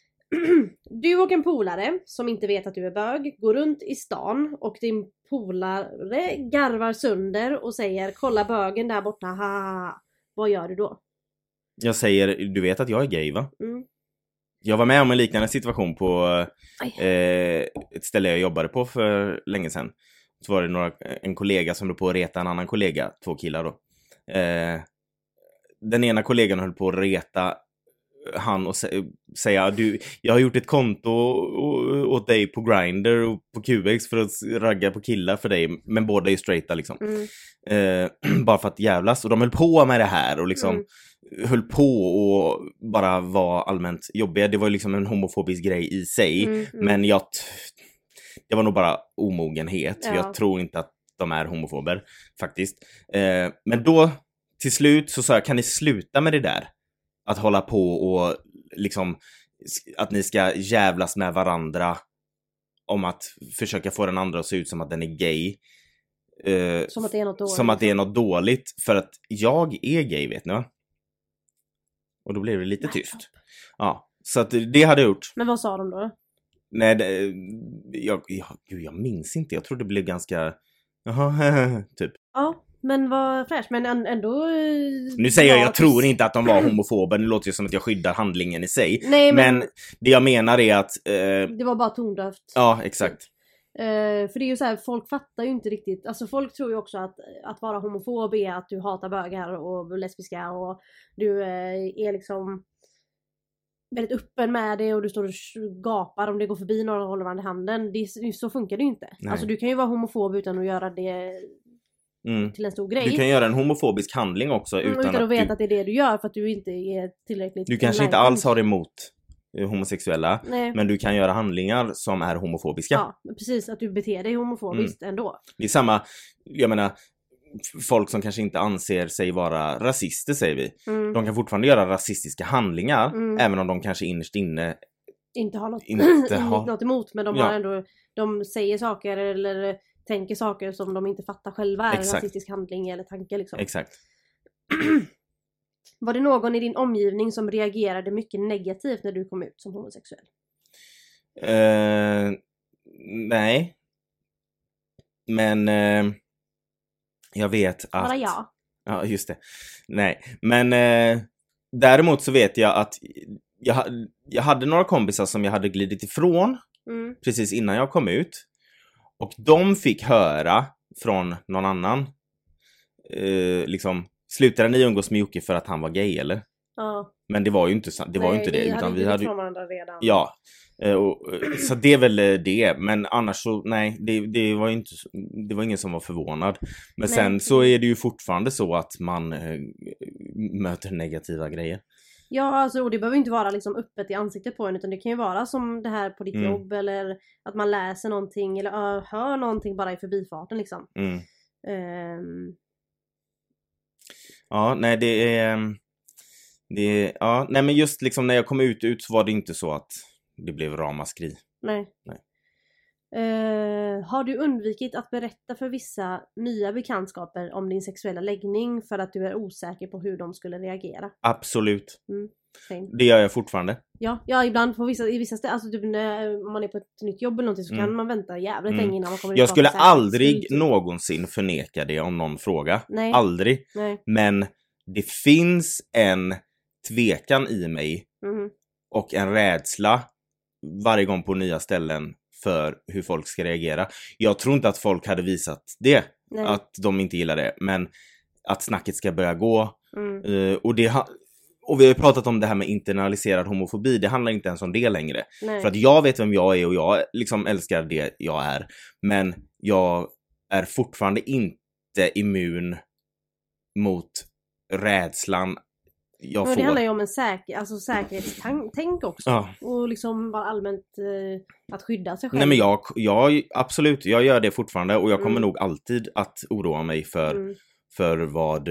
[SPEAKER 1] Du och en polare som inte vet att du är bög går runt i stan och din polare garvar sönder och säger kolla bögen där borta, haha. Vad gör du då?
[SPEAKER 2] Jag säger, du vet att jag är gay va?
[SPEAKER 1] Mm.
[SPEAKER 2] Jag var med om en liknande situation på eh, ett ställe jag jobbade på för länge sedan. Så var det några, en kollega som höll på att reta en annan kollega, två killar då. Eh, den ena kollegan höll på att reta han och sä- säga du, jag har gjort ett konto åt dig på Grindr och på Q X för att ragga på killar för dig, men båda är ju straighta liksom.
[SPEAKER 1] Mm.
[SPEAKER 2] Eh, bara för att jävlas. Och de höll på med det här och liksom mm. höll på och bara var allmänt jobbiga. Det var ju liksom en homofobisk grej i sig. Mm, mm. Men jag t- det var nog bara omogenhet. Ja. Jag tror inte att de är homofober faktiskt. Eh, men då till slut så sa jag, kan ni sluta med det där? Att hålla på och liksom att ni ska jävlas med varandra om att försöka få den andra att se ut som att den är gay. Eh,
[SPEAKER 1] som att det är något dåligt.
[SPEAKER 2] Som att det är något dåligt. För att jag är gay, vet ni va? Och då blev det lite tyst. Ja, så att det hade jag gjort.
[SPEAKER 1] Men vad sa de då?
[SPEAKER 2] Nej, det, jag, jag, jag minns inte. Jag tror det blev ganska... Jaha, typ.
[SPEAKER 1] Ja, men vad fräsch. Men ändå...
[SPEAKER 2] Nu säger jag, jag tror inte att de var homofober. Det låter ju som att jag skyddar handlingen i sig.
[SPEAKER 1] Nej, men...
[SPEAKER 2] men det jag menar är att... Eh...
[SPEAKER 1] Det var bara tondövt.
[SPEAKER 2] Ja, exakt.
[SPEAKER 1] Uh, för det är ju så här, folk fattar ju inte riktigt. Alltså folk tror ju också att, att vara homofob är att du hatar bögar och lesbiska. Och du uh, är liksom... väldigt öppen med det och du står och gapar om det går förbi någon och håller varandra i handen. Det, så funkar det ju inte. Nej. Alltså du kan ju vara homofob utan att göra det mm. till en stor grej.
[SPEAKER 2] Du kan göra en homofobisk handling också utan,
[SPEAKER 1] utan att, att veta
[SPEAKER 2] du...
[SPEAKER 1] att det är det du gör för att du inte är tillräckligt...
[SPEAKER 2] Du kanske inte alls har emot homosexuella.
[SPEAKER 1] Nej.
[SPEAKER 2] Men du kan göra handlingar som är homofobiska.
[SPEAKER 1] Ja, precis. Att du beter dig homofobiskt mm. ändå.
[SPEAKER 2] Det är samma, jag menar... folk som kanske inte anser sig vara rasister, säger vi. Mm. De kan fortfarande göra rasistiska handlingar, mm. även om de kanske innerst inne
[SPEAKER 1] inte har något,
[SPEAKER 2] inte har...
[SPEAKER 1] något emot, men de
[SPEAKER 2] ja.
[SPEAKER 1] har ändå, de säger saker eller tänker saker som de inte fattar själva är
[SPEAKER 2] Exakt.
[SPEAKER 1] En rasistisk handling eller tanke liksom.
[SPEAKER 2] Exakt.
[SPEAKER 1] Var det någon i din omgivning som reagerade mycket negativt när du kom ut som homosexuell?
[SPEAKER 2] Uh, nej. Men uh, jag vet att...
[SPEAKER 1] Bara ja.
[SPEAKER 2] Ja, just det. Nej, men uh, däremot så vet jag att jag, jag hade några kompisar som jag hade glidit ifrån mm. precis innan jag kom ut. Och de fick höra från någon annan uh, liksom, slutade ni umgås med Jocke för att han var gay, eller?
[SPEAKER 1] Ja.
[SPEAKER 2] Men det var ju inte, det var
[SPEAKER 1] Nej,
[SPEAKER 2] ju inte det.
[SPEAKER 1] Vi
[SPEAKER 2] utan
[SPEAKER 1] hade
[SPEAKER 2] vi hade
[SPEAKER 1] från varandra redan.
[SPEAKER 2] Ja, och, så det är väl det. Men annars så, nej, det, det var ju inte, det var ingen som var förvånad. Men nej. Sen så är det ju fortfarande så att man äh, möter negativa grejer.
[SPEAKER 1] Ja, alltså, och det behöver inte vara liksom öppet i ansiktet på en, utan det kan ju vara som det här på ditt mm. jobb, eller att man läser någonting eller uh, hör någonting bara i förbifarten liksom.
[SPEAKER 2] Mm.
[SPEAKER 1] Um...
[SPEAKER 2] Ja, nej det är... Det, ja, nej men just liksom när jag kom ut, ut så var det inte så att det blev ramaskri.
[SPEAKER 1] Nej.
[SPEAKER 2] nej.
[SPEAKER 1] Uh, har du undvikit att berätta för vissa nya bekantskaper om din sexuella läggning för att du är osäker på hur de skulle reagera?
[SPEAKER 2] Absolut.
[SPEAKER 1] Mm,
[SPEAKER 2] det gör jag fortfarande.
[SPEAKER 1] Ja, ja ibland på vissa, i vissa ställen, alltså typ när man är på ett nytt jobb eller någonting så mm. kan man vänta jävligt mm. länge innan man kommer ut.
[SPEAKER 2] Jag skulle aldrig typ. någonsin förneka det om någon fråga.
[SPEAKER 1] Nej.
[SPEAKER 2] Aldrig.
[SPEAKER 1] Nej.
[SPEAKER 2] Men det finns en tvekan i mig
[SPEAKER 1] mm.
[SPEAKER 2] och en rädsla varje gång på nya ställen för hur folk ska reagera. Jag tror inte att folk hade visat det.
[SPEAKER 1] Nej.
[SPEAKER 2] Att de inte gillar det. Men att snacket ska börja gå.
[SPEAKER 1] Mm.
[SPEAKER 2] Uh, och, det ha- och vi har ju pratat om det här med internaliserad homofobi. Det handlar inte ens om det längre.
[SPEAKER 1] Nej.
[SPEAKER 2] För att jag vet vem jag är och jag liksom älskar det jag är. Men jag är fortfarande inte immun mot rädslan jag
[SPEAKER 1] men
[SPEAKER 2] får.
[SPEAKER 1] det handlar ju om en säker, alltså säkerhetstänk också.
[SPEAKER 2] Ja.
[SPEAKER 1] Och liksom bara allmänt eh, att skydda sig själv.
[SPEAKER 2] Nej men jag, jag, absolut, jag gör det fortfarande. Och jag kommer
[SPEAKER 1] mm.
[SPEAKER 2] nog alltid att oroa mig för,
[SPEAKER 1] mm.
[SPEAKER 2] för vad,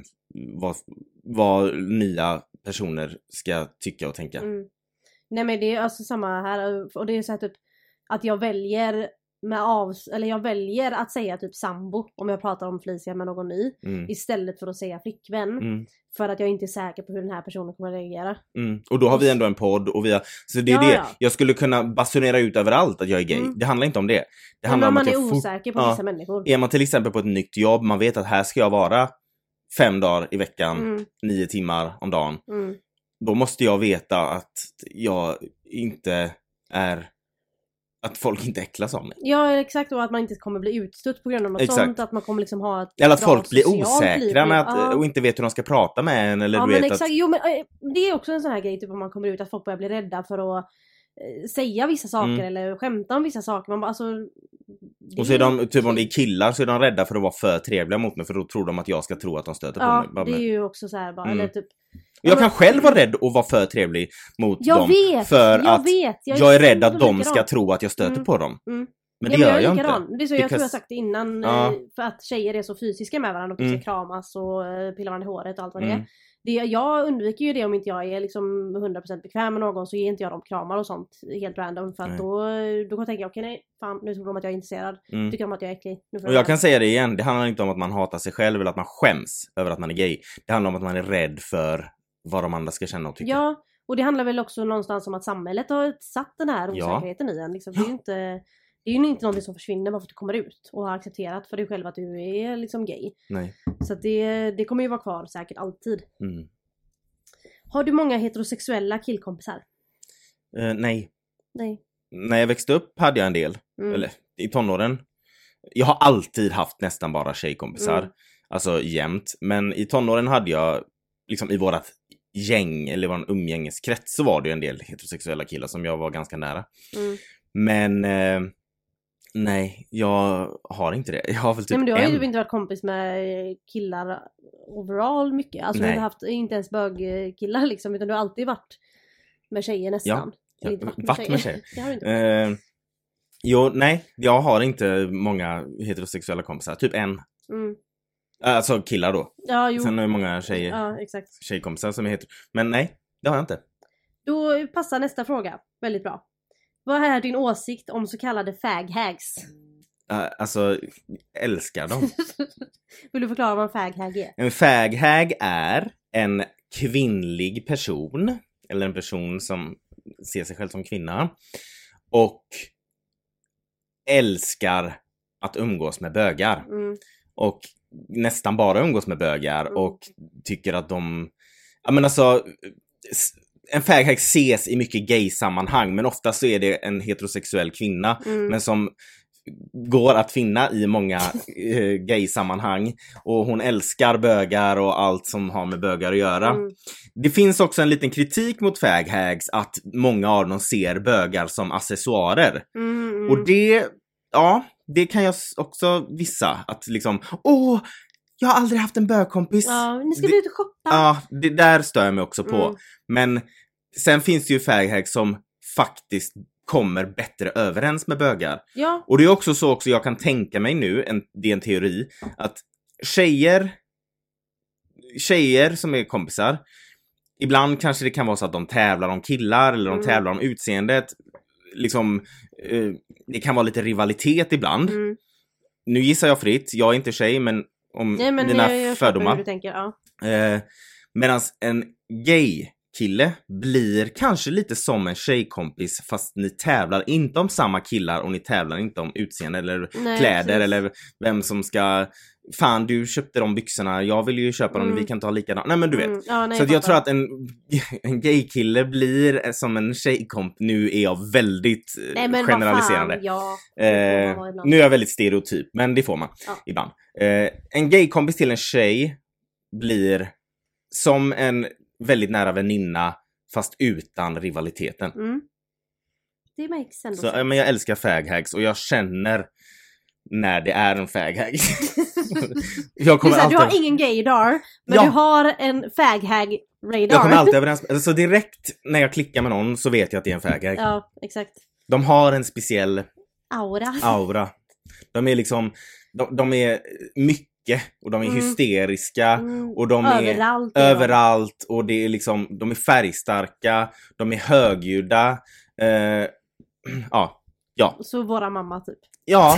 [SPEAKER 2] vad, vad nya personer ska tycka och tänka.
[SPEAKER 1] Mm. Nej men det är alltså samma här. Och det är så här typ att jag väljer med av, eller jag väljer att säga typ sambo om jag pratar om Felicia med någon ny
[SPEAKER 2] mm.
[SPEAKER 1] istället för att säga flickvän
[SPEAKER 2] mm.
[SPEAKER 1] för att jag inte är säker på hur den här personen kommer att reagera.
[SPEAKER 2] Mm. Och då har vi ändå en podd och vi har, så det är
[SPEAKER 1] ja,
[SPEAKER 2] det.
[SPEAKER 1] Ja.
[SPEAKER 2] Jag skulle kunna basunera ut överallt att jag är gay. Mm. Det handlar inte om det. Det handlar
[SPEAKER 1] om
[SPEAKER 2] om
[SPEAKER 1] man
[SPEAKER 2] att
[SPEAKER 1] är
[SPEAKER 2] jag
[SPEAKER 1] osäker
[SPEAKER 2] fort...
[SPEAKER 1] på
[SPEAKER 2] ja.
[SPEAKER 1] vissa människor.
[SPEAKER 2] Är man till exempel på ett nytt jobb, man vet att här ska jag vara fem dagar i veckan,
[SPEAKER 1] mm.
[SPEAKER 2] nio timmar om dagen.
[SPEAKER 1] Mm.
[SPEAKER 2] Då måste jag veta att jag inte är, att folk inte äcklas av mig.
[SPEAKER 1] Ja, exakt. Och att man inte kommer bli utstött på grund av något
[SPEAKER 2] exakt.
[SPEAKER 1] sånt. Att man kommer liksom ha ett
[SPEAKER 2] eller att folk blir osäkra
[SPEAKER 1] liv.
[SPEAKER 2] med att,
[SPEAKER 1] ja.
[SPEAKER 2] och inte vet hur de ska prata med en. Eller
[SPEAKER 1] ja,
[SPEAKER 2] du
[SPEAKER 1] men
[SPEAKER 2] vet
[SPEAKER 1] exakt.
[SPEAKER 2] att...
[SPEAKER 1] Jo, men det är också en sån här grej typ om man kommer ut att folk börjar bli rädda för att eh, säga vissa saker
[SPEAKER 2] mm.
[SPEAKER 1] eller skämta om vissa saker. Man bara, alltså...
[SPEAKER 2] Och så är de, typ om det är killar så är de rädda för att vara för trevliga mot mig för då tror de att jag ska tro att de stöter
[SPEAKER 1] ja,
[SPEAKER 2] på mig.
[SPEAKER 1] Ja, det är ju också så här bara,
[SPEAKER 2] mm.
[SPEAKER 1] eller typ...
[SPEAKER 2] Jag kan själv vara rädd och vara för trevlig mot
[SPEAKER 1] jag
[SPEAKER 2] dem.
[SPEAKER 1] Vet,
[SPEAKER 2] för
[SPEAKER 1] jag
[SPEAKER 2] att
[SPEAKER 1] vet, jag,
[SPEAKER 2] jag är rädd att de
[SPEAKER 1] likadan.
[SPEAKER 2] ska tro att jag stöter
[SPEAKER 1] mm.
[SPEAKER 2] på dem.
[SPEAKER 1] Mm.
[SPEAKER 2] Men
[SPEAKER 1] ja,
[SPEAKER 2] det
[SPEAKER 1] men
[SPEAKER 2] gör jag,
[SPEAKER 1] jag
[SPEAKER 2] inte.
[SPEAKER 1] Det är så jag
[SPEAKER 2] Because...
[SPEAKER 1] tror jag sagt det innan.
[SPEAKER 2] Ja.
[SPEAKER 1] För att tjejer är så fysiska med varandra och mm. ska kramas och pilla varandra i håret och allt vad det
[SPEAKER 2] mm.
[SPEAKER 1] är. Det, jag undviker ju det om inte jag är liksom hundra procent bekväm med någon, så ger inte jag dem kramar och sånt helt random. För att då, då kan jag tänka, okej okay, nej, fan, nu tror de att jag är intresserad.
[SPEAKER 2] Mm.
[SPEAKER 1] Tycker de att jag är äcklig. Nu får
[SPEAKER 2] och jag, jag kan säga det igen, det handlar inte om att man hatar sig själv eller att man skäms över att man är gay. Det handlar om att man är rädd för vad de andra ska känna och tycka.
[SPEAKER 1] Ja, och det handlar väl också någonstans om att samhället har satt den här osäkerheten ja. i en. Liksom. Det är ju inte... Det är ju inte någonting som försvinner bara för att du kommer ut och har accepterat för dig själv att du är liksom gay.
[SPEAKER 2] Nej.
[SPEAKER 1] Så att det, det kommer ju vara kvar säkert alltid.
[SPEAKER 2] Mm.
[SPEAKER 1] Har du många heterosexuella killkompisar?
[SPEAKER 2] Uh, nej.
[SPEAKER 1] Nej.
[SPEAKER 2] När jag växte upp hade jag en del.
[SPEAKER 1] Mm.
[SPEAKER 2] Eller i tonåren. Jag har alltid haft nästan bara tjejkompisar.
[SPEAKER 1] Mm.
[SPEAKER 2] Alltså jämt. Men i tonåren hade jag liksom i vårat gäng eller vår umgängeskrets så var det ju en del heterosexuella killar som jag var ganska nära.
[SPEAKER 1] Mm.
[SPEAKER 2] Men... Uh, nej, jag har inte det. Jag har väl typ
[SPEAKER 1] nej, men du har
[SPEAKER 2] en.
[SPEAKER 1] ju inte varit kompis med killar overall mycket. Alltså
[SPEAKER 2] nej.
[SPEAKER 1] du har haft inte ens bögkillar liksom, utan du har alltid varit med tjejer nästan.
[SPEAKER 2] Ja,
[SPEAKER 1] inte varit med
[SPEAKER 2] varit
[SPEAKER 1] tjejer.
[SPEAKER 2] med tjejer.
[SPEAKER 1] Det har du inte.
[SPEAKER 2] Uh, jo, nej. Jag har inte många heterosexuella kompisar. Typ en.
[SPEAKER 1] Mm.
[SPEAKER 2] Alltså killar då.
[SPEAKER 1] Ja, jo.
[SPEAKER 2] Sen är det många tjejer,
[SPEAKER 1] ja, exakt.
[SPEAKER 2] tjejkompisar som är heter. Men nej, det har jag inte.
[SPEAKER 1] Då passar nästa fråga. Väldigt bra. Vad är din åsikt om så kallade faghags?
[SPEAKER 2] Uh, alltså, älskar dem.
[SPEAKER 1] Vill du förklara vad en faghag är?
[SPEAKER 2] En faghag är en kvinnlig person. Eller en person som ser sig själv som kvinna. och älskar att umgås med bögar.
[SPEAKER 1] Mm.
[SPEAKER 2] Och nästan bara umgås med bögar
[SPEAKER 1] Mm.
[SPEAKER 2] och tycker att de... Ja men alltså... En faghag ses i mycket gay-sammanhang, men ofta så är det en heterosexuell kvinna,
[SPEAKER 1] Mm.
[SPEAKER 2] men som går att finna i många eh, gay-sammanhang, och hon älskar bögar och allt som har med bögar att göra.
[SPEAKER 1] Mm.
[SPEAKER 2] Det finns också en liten kritik mot faghags att många av dem ser bögar som accessoarer.
[SPEAKER 1] Mm. Mm.
[SPEAKER 2] Och det, ja, det kan jag också vissa, att liksom, åh, jag har aldrig haft en bögkompis.
[SPEAKER 1] Ja, ni ska
[SPEAKER 2] det,
[SPEAKER 1] ut och shoppa.
[SPEAKER 2] Ja, det där stör jag mig också på.
[SPEAKER 1] Mm.
[SPEAKER 2] Men sen finns det ju faghags som faktiskt kommer bättre överens med bögar.
[SPEAKER 1] Ja.
[SPEAKER 2] Och det är också så också, jag kan tänka mig nu, en, det är en teori, att tjejer, tjejer som är kompisar, ibland kanske det kan vara så att de tävlar om killar eller de
[SPEAKER 1] Mm.
[SPEAKER 2] tävlar om utseendet. Liksom, eh, det kan vara lite rivalitet ibland.
[SPEAKER 1] Mm.
[SPEAKER 2] Nu gissar jag fritt, jag är inte tjej, men om
[SPEAKER 1] Nej, men
[SPEAKER 2] mina
[SPEAKER 1] jag, jag fördomar.
[SPEAKER 2] fördomar.
[SPEAKER 1] Hur du tänker, ja.
[SPEAKER 2] Eh, Medan en gay kille blir kanske lite som en tjejkompis, fast ni tävlar inte om samma killar och ni tävlar inte om utseende eller
[SPEAKER 1] Nej,
[SPEAKER 2] kläder
[SPEAKER 1] precis.
[SPEAKER 2] eller vem som ska, fan du köpte de byxorna, jag vill ju köpa dem,
[SPEAKER 1] Mm.
[SPEAKER 2] vi kan ta likadant. Nej men du vet.
[SPEAKER 1] Mm. Ja, nej,
[SPEAKER 2] Så att jag
[SPEAKER 1] fattar.
[SPEAKER 2] tror att en, en gay kille blir som en tjejkomp. Nu är jag väldigt eh,
[SPEAKER 1] Nej, men
[SPEAKER 2] generaliserande.
[SPEAKER 1] vad fan, ja. Det får man vara
[SPEAKER 2] Eh,
[SPEAKER 1] ibland.
[SPEAKER 2] nu är jag väldigt stereotyp, men det får man
[SPEAKER 1] Ja.
[SPEAKER 2] ibland. Eh, en gaykompis till en tjej blir som en väldigt nära väninna, fast utan rivaliteten.
[SPEAKER 1] Mm. Det makes ändå
[SPEAKER 2] Så
[SPEAKER 1] sense.
[SPEAKER 2] ja, men jag älskar faghags och jag känner när det är en faghag. jag
[SPEAKER 1] Det
[SPEAKER 2] kommer
[SPEAKER 1] är så här, du
[SPEAKER 2] alltid...
[SPEAKER 1] har ingen gaydar, men
[SPEAKER 2] Ja.
[SPEAKER 1] du har en faghag radar.
[SPEAKER 2] Jag kommer alltid överens. Alltså direkt när jag klickar med någon så vet jag att det är en faghag.
[SPEAKER 1] Ja, exakt.
[SPEAKER 2] De har en speciell
[SPEAKER 1] Aura.
[SPEAKER 2] aura. De är liksom, de, de är mycket och de är
[SPEAKER 1] Mm.
[SPEAKER 2] hysteriska
[SPEAKER 1] Mm.
[SPEAKER 2] och de är
[SPEAKER 1] Överallt. är de.
[SPEAKER 2] överallt och det är liksom, de är färgstarka, de är högljudda. Eh, ja, ja,
[SPEAKER 1] Så våra mamma typ.
[SPEAKER 2] ja,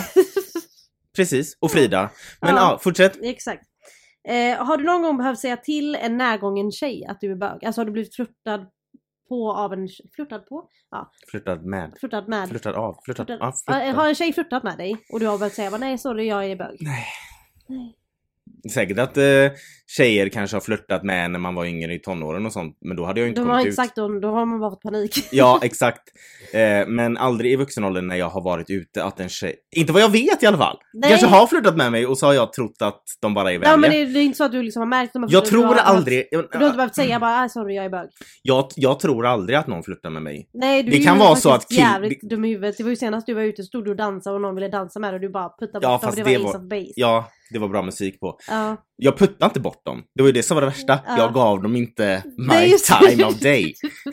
[SPEAKER 2] precis. Och Frida. Men ja,
[SPEAKER 1] Ja.
[SPEAKER 2] fortsätt.
[SPEAKER 1] Exakt. Eh, har du någon gång behövt säga till en närgången tjej att du är bög? Alltså har du blivit flörtad på av en... Flörtad på? Ja,
[SPEAKER 2] Flörtad med.
[SPEAKER 1] flörtad med.
[SPEAKER 2] Flörtad av. Flörtad.
[SPEAKER 1] Flörtad.
[SPEAKER 2] Ja,
[SPEAKER 1] Ja,
[SPEAKER 2] flörtad.
[SPEAKER 1] har en tjej flörtat med dig och du har behövt säga bara, nej sorry jag är bög?
[SPEAKER 2] Nej.
[SPEAKER 1] Nej.
[SPEAKER 2] Säkert att eh, tjejer kanske har flörtat med när man var yngre i tonåren och sånt. Men då hade jag ju inte
[SPEAKER 1] De har
[SPEAKER 2] kommit
[SPEAKER 1] inte
[SPEAKER 2] ut.
[SPEAKER 1] sagt då, då har man bara fått panik.
[SPEAKER 2] Ja, exakt. Eh, men aldrig i vuxenåldern när jag har varit ute att en tjej... Inte vad jag vet i alla fall.
[SPEAKER 1] Nej.
[SPEAKER 2] Kanske har flörtat med mig och så har jag trott att de bara är vänliga.
[SPEAKER 1] Ja men det, det är inte så att du liksom har märkt dem.
[SPEAKER 2] Jag
[SPEAKER 1] Du
[SPEAKER 2] tror
[SPEAKER 1] har
[SPEAKER 2] aldrig...
[SPEAKER 1] Behövt, du har inte behövt säga bara, ah, sorry jag är bög.
[SPEAKER 2] Jag, jag tror aldrig att någon flörtar med mig.
[SPEAKER 1] Nej du
[SPEAKER 2] Det
[SPEAKER 1] är
[SPEAKER 2] kan
[SPEAKER 1] ju
[SPEAKER 2] vara
[SPEAKER 1] faktiskt
[SPEAKER 2] så att kill-
[SPEAKER 1] jävligt dum i huvudet. Det var ju senast du var ute, stod du och dansade och någon ville dansa med dig och du bara puttade
[SPEAKER 2] Ja,
[SPEAKER 1] bort dem.
[SPEAKER 2] fast
[SPEAKER 1] Det
[SPEAKER 2] det
[SPEAKER 1] var
[SPEAKER 2] var-
[SPEAKER 1] Ace of Base.
[SPEAKER 2] Ja, det var bra musik på.
[SPEAKER 1] Ja.
[SPEAKER 2] Jag puttade inte bort dem. Det var ju det som var det värsta.
[SPEAKER 1] Ja.
[SPEAKER 2] Jag gav dem inte my
[SPEAKER 1] Nej, just det.
[SPEAKER 2] time of day.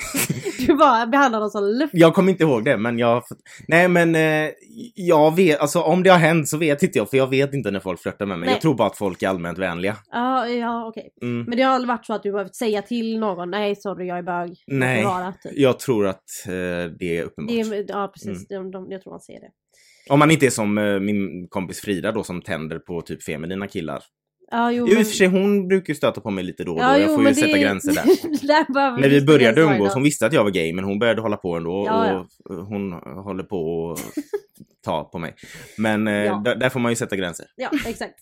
[SPEAKER 1] Du bara behandlade dem som luft.
[SPEAKER 2] Jag kommer inte ihåg det, men jag... Nej, men eh, jag vet... Alltså, om det har hänt så vet inte jag, för jag vet inte när folk flörtar med mig.
[SPEAKER 1] Nej.
[SPEAKER 2] Jag tror bara att folk är allmänt vänliga.
[SPEAKER 1] Ja, ja okej.
[SPEAKER 2] Mm.
[SPEAKER 1] Men det har aldrig varit så att du har behövt säga till någon, nej sorry jag är bög. Låt det
[SPEAKER 2] Nej,
[SPEAKER 1] vara, typ.
[SPEAKER 2] jag tror att eh, det är uppenbart.
[SPEAKER 1] Det är, ja precis,
[SPEAKER 2] Mm.
[SPEAKER 1] de, de, jag tror man ser det.
[SPEAKER 2] Om man inte är som eh, min kompis Frida då, som tänder på typ feminina killar.
[SPEAKER 1] Ja, jo,
[SPEAKER 2] Jo, i
[SPEAKER 1] men-
[SPEAKER 2] och för sig, hon brukar ju stöta på mig lite då och då.
[SPEAKER 1] Ja,
[SPEAKER 2] jag
[SPEAKER 1] jo,
[SPEAKER 2] får ju
[SPEAKER 1] men
[SPEAKER 2] sätta
[SPEAKER 1] det-
[SPEAKER 2] gränser där.
[SPEAKER 1] där behöver
[SPEAKER 2] När vi
[SPEAKER 1] just
[SPEAKER 2] började
[SPEAKER 1] gränser
[SPEAKER 2] umgås,
[SPEAKER 1] då.
[SPEAKER 2] hon visste att jag var gay, men hon började hålla på ändå.
[SPEAKER 1] Ja, ja.
[SPEAKER 2] Och eh, hon håller på att ta på mig. Men eh,
[SPEAKER 1] Ja.
[SPEAKER 2] där, där får man ju sätta gränser.
[SPEAKER 1] Ja, exakt.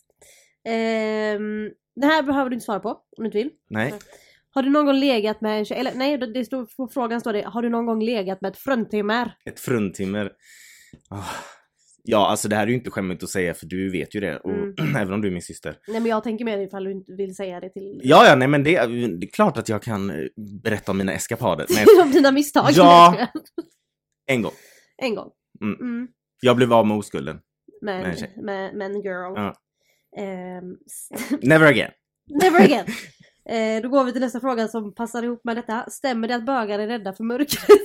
[SPEAKER 1] Ehm, det här behöver du inte svara på, om du inte vill.
[SPEAKER 2] Nej.
[SPEAKER 1] Har du någon gång legat med en tjej, eller nej, det det står, på frågan står det, har du någon gång legat med ett fruntimmer?
[SPEAKER 2] Ett fruntimmer. Ah. Ja, alltså det här är ju inte skämmigt att säga, för du vet ju det. Och,
[SPEAKER 1] Mm.
[SPEAKER 2] även om du är min syster.
[SPEAKER 1] Nej men jag tänker mer ifall du inte vill säga det till...
[SPEAKER 2] Ja, ja, nej men det, det är klart att jag kan eh, berätta om mina eskapader. Nej,
[SPEAKER 1] om dina misstag.
[SPEAKER 2] Ja. en gång.
[SPEAKER 1] En gång.
[SPEAKER 2] Mm.
[SPEAKER 1] Mm.
[SPEAKER 2] Jag blev av med oskulden.
[SPEAKER 1] Med,
[SPEAKER 2] Med en
[SPEAKER 1] med,
[SPEAKER 2] tjej.
[SPEAKER 1] med, en girl.
[SPEAKER 2] Ja.
[SPEAKER 1] Ehm,
[SPEAKER 2] Never again.
[SPEAKER 1] never again. Eh, då går vi till nästa fråga som passar ihop med detta. Stämmer det att bögar är rädda för mörkret?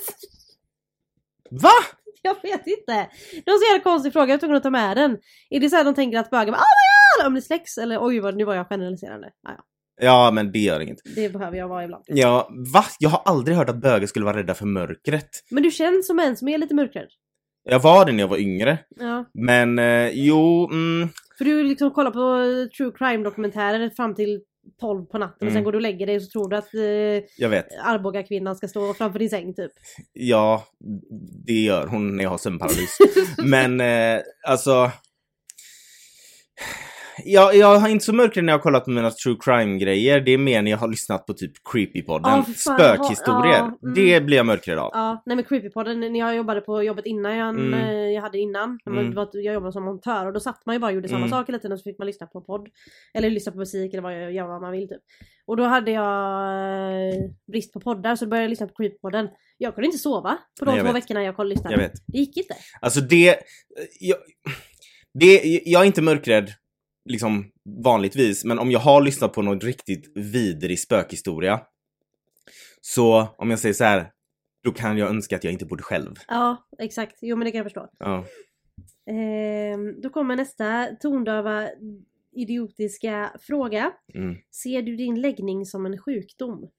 [SPEAKER 2] Va?
[SPEAKER 1] Jag vet inte. Det var en så jävla konstig fråga, jag är tvungen att ta med den. Är det så här de tänker att bögar bara, oh my god, om det släcks? Eller oj, vad, nu var jag generaliserande. Ah, ja.
[SPEAKER 2] Ja, men det gör inget.
[SPEAKER 1] Det behöver jag vara ibland.
[SPEAKER 2] Ja, va? Jag har aldrig hört att bögar skulle vara rädda för mörkret.
[SPEAKER 1] Men du känns som en som är lite mörkrädd.
[SPEAKER 2] Jag var det när jag var yngre.
[SPEAKER 1] Ja.
[SPEAKER 2] Men eh, jo, mm,
[SPEAKER 1] För du liksom kollar på true crime dokumentärer fram till tolv på natten
[SPEAKER 2] Mm.
[SPEAKER 1] och sen går du och lägger dig och så tror du att eh,
[SPEAKER 2] Jag vet.
[SPEAKER 1] Arboga kvinnan ska stå framför din säng typ.
[SPEAKER 2] Ja, det gör hon när jag har sömnparalys. Men eh, alltså... Jag, jag har inte så mörkare när jag har kollat på mina true crime-grejer. Det är mer när jag har lyssnat på typ Creepypodden.
[SPEAKER 1] Ja, för fan.
[SPEAKER 2] Spökhistorier.
[SPEAKER 1] Ja, mm.
[SPEAKER 2] Det blir jag mörkare av.
[SPEAKER 1] Ja, nej men Creepypodden, när jag jobbade på jobbet innan jag,
[SPEAKER 2] Mm.
[SPEAKER 1] eh, jag hade innan. när man
[SPEAKER 2] Mm.
[SPEAKER 1] var- Jag jobbade som montör och då satt man ju bara och gjorde samma
[SPEAKER 2] Mm.
[SPEAKER 1] sak hela tiden och så fick man lyssna på podd. Eller lyssna på musik eller vad jag gör vad man vill typ. Och då hade jag eh, brist på poddar så började jag lyssna på Creepypodden. Jag kunde inte sova på de
[SPEAKER 2] Nej, jag
[SPEAKER 1] två
[SPEAKER 2] vet.
[SPEAKER 1] veckorna jag kollade lyssnade.
[SPEAKER 2] Jag vet.
[SPEAKER 1] Det gick inte.
[SPEAKER 2] Alltså det... Jag, det... jag är inte mörkrädd liksom vanligtvis. Men om jag har lyssnat på något riktigt vidrig spökhistoria. Så om jag säger så här. Då kan jag önska att jag inte bodde själv.
[SPEAKER 1] Ja, exakt. Jo men det kan jag förstå.
[SPEAKER 2] Ja.
[SPEAKER 1] Ehm, då kommer nästa tondöva idiotiska fråga.
[SPEAKER 2] Mm.
[SPEAKER 1] Ser du din läggning som en sjukdom?